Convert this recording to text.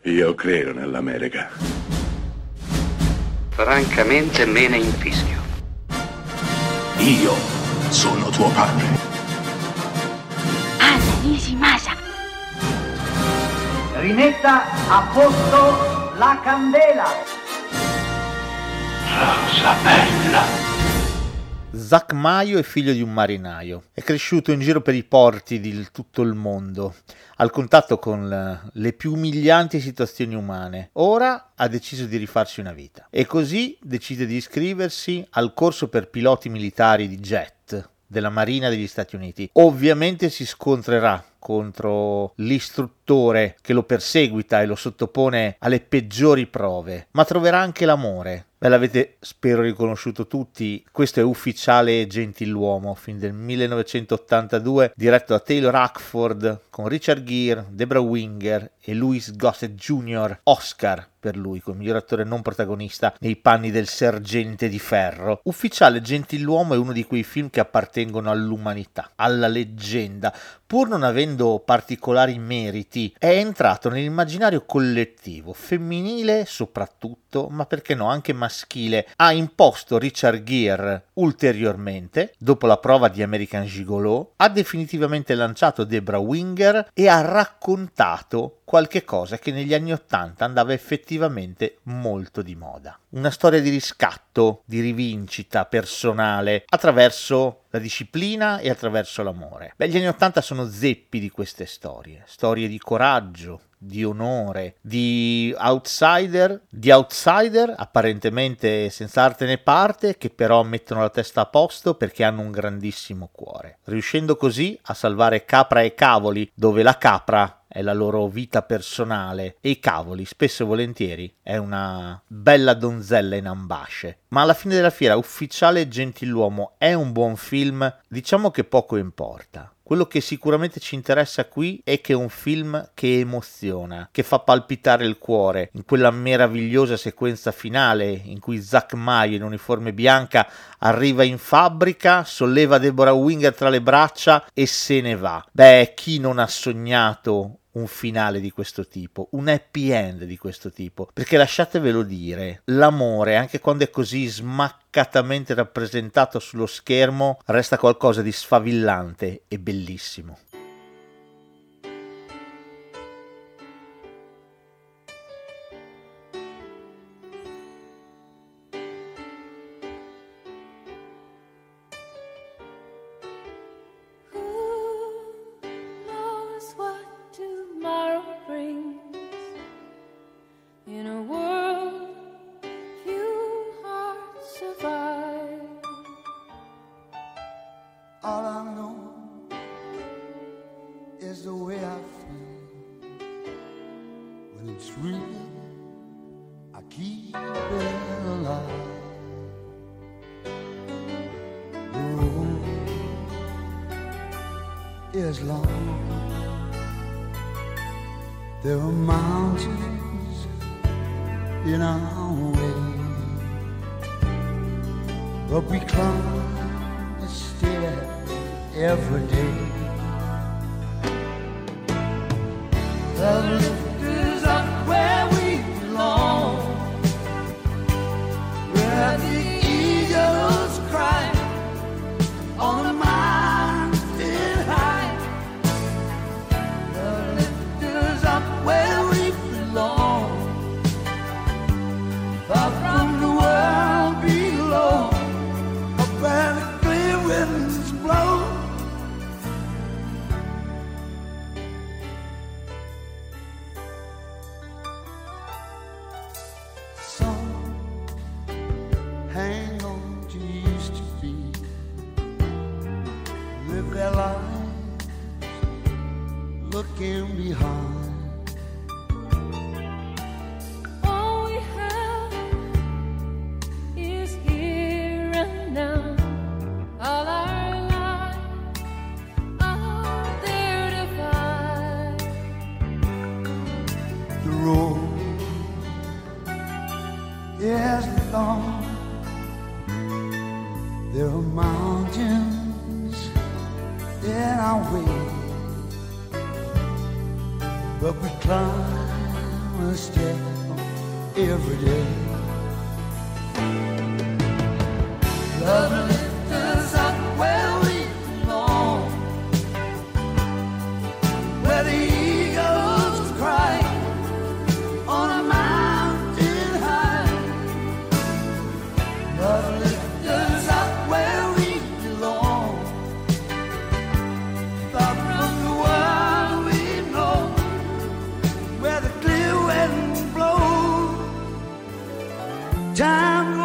Io credo nell'America. Francamente me ne infischio. Io sono tuo padre. Anna Nishimasa. Rimetta a posto la candela. Rosa bella. Zach Maio è figlio di un marinaio, è cresciuto in giro per i porti di tutto il mondo, al contatto con le più umilianti situazioni umane. Ora ha deciso di rifarsi una vita e così decide di iscriversi al corso per piloti militari di jet della Marina degli Stati Uniti. Ovviamente si scontrerà contro l'istruttore che lo perseguita e lo sottopone alle peggiori prove, ma troverà anche l'amore. Beh, l'avete spero riconosciuto tutti, questo è Ufficiale Gentiluomo, film del 1982 diretto da Taylor Hackford con Richard Gere, Debra Winger e Louis Gossett Jr. Oscar per lui come miglior attore non protagonista nei panni del sergente di ferro. Ufficiale Gentiluomo è uno di quei film che appartengono all'umanità, alla leggenda, pur non avendo particolari meriti, è entrato nell'immaginario collettivo, femminile soprattutto, ma perché no, anche maschile. Ha imposto Richard Gere ulteriormente, dopo la prova di American Gigolo, ha definitivamente lanciato Debra Winger e ha raccontato qualche cosa che negli anni '80 andava effettivamente molto di moda. Una storia di riscatto, di rivincita personale attraverso la disciplina e attraverso l'amore. Beh, gli anni '80 sono zeppi di queste storie di coraggio, di onore, di outsider apparentemente senza arte né parte, che però mettono la testa a posto perché hanno un grandissimo cuore, riuscendo così a salvare capra e cavoli, dove la capra è la loro vita personale e i cavoli spesso e volentieri è una bella donzella in ambasce. Ma alla fine della fiera Ufficiale Gentiluomo è un buon film? Diciamo che poco importa. Quello che sicuramente ci interessa qui è che è un film che emoziona, che fa palpitare il cuore, in quella meravigliosa sequenza finale in cui Zach Maio in uniforme bianca arriva in fabbrica, solleva Deborah Winger tra le braccia e se ne va. Beh, chi non ha sognato un finale di questo tipo, un happy end di questo tipo? Perché lasciatevelo dire, l'amore, anche quando è così smaccatamente rappresentato sullo schermo, resta qualcosa di sfavillante e bellissimo. All I know is the way I feel when it's real. I keep it alive. The road is long. There are mountains in our way, but we climb a stair every day. The lift is up where we belong, where the eagles cry on a mountain high. The lift is up where we belong, far from the world below, up where the clear winds blow. Hang on to used to be, live their lives looking behind. All we have is here and now. All our lives are there to find. The road is long. There are mountains in our way, but we climb a gonna step every day. Love lifts us up where we belong, where the eagles cry on a mountain high. Love lifts us up where we belong, far from the world we know, where the clear wind blows. Time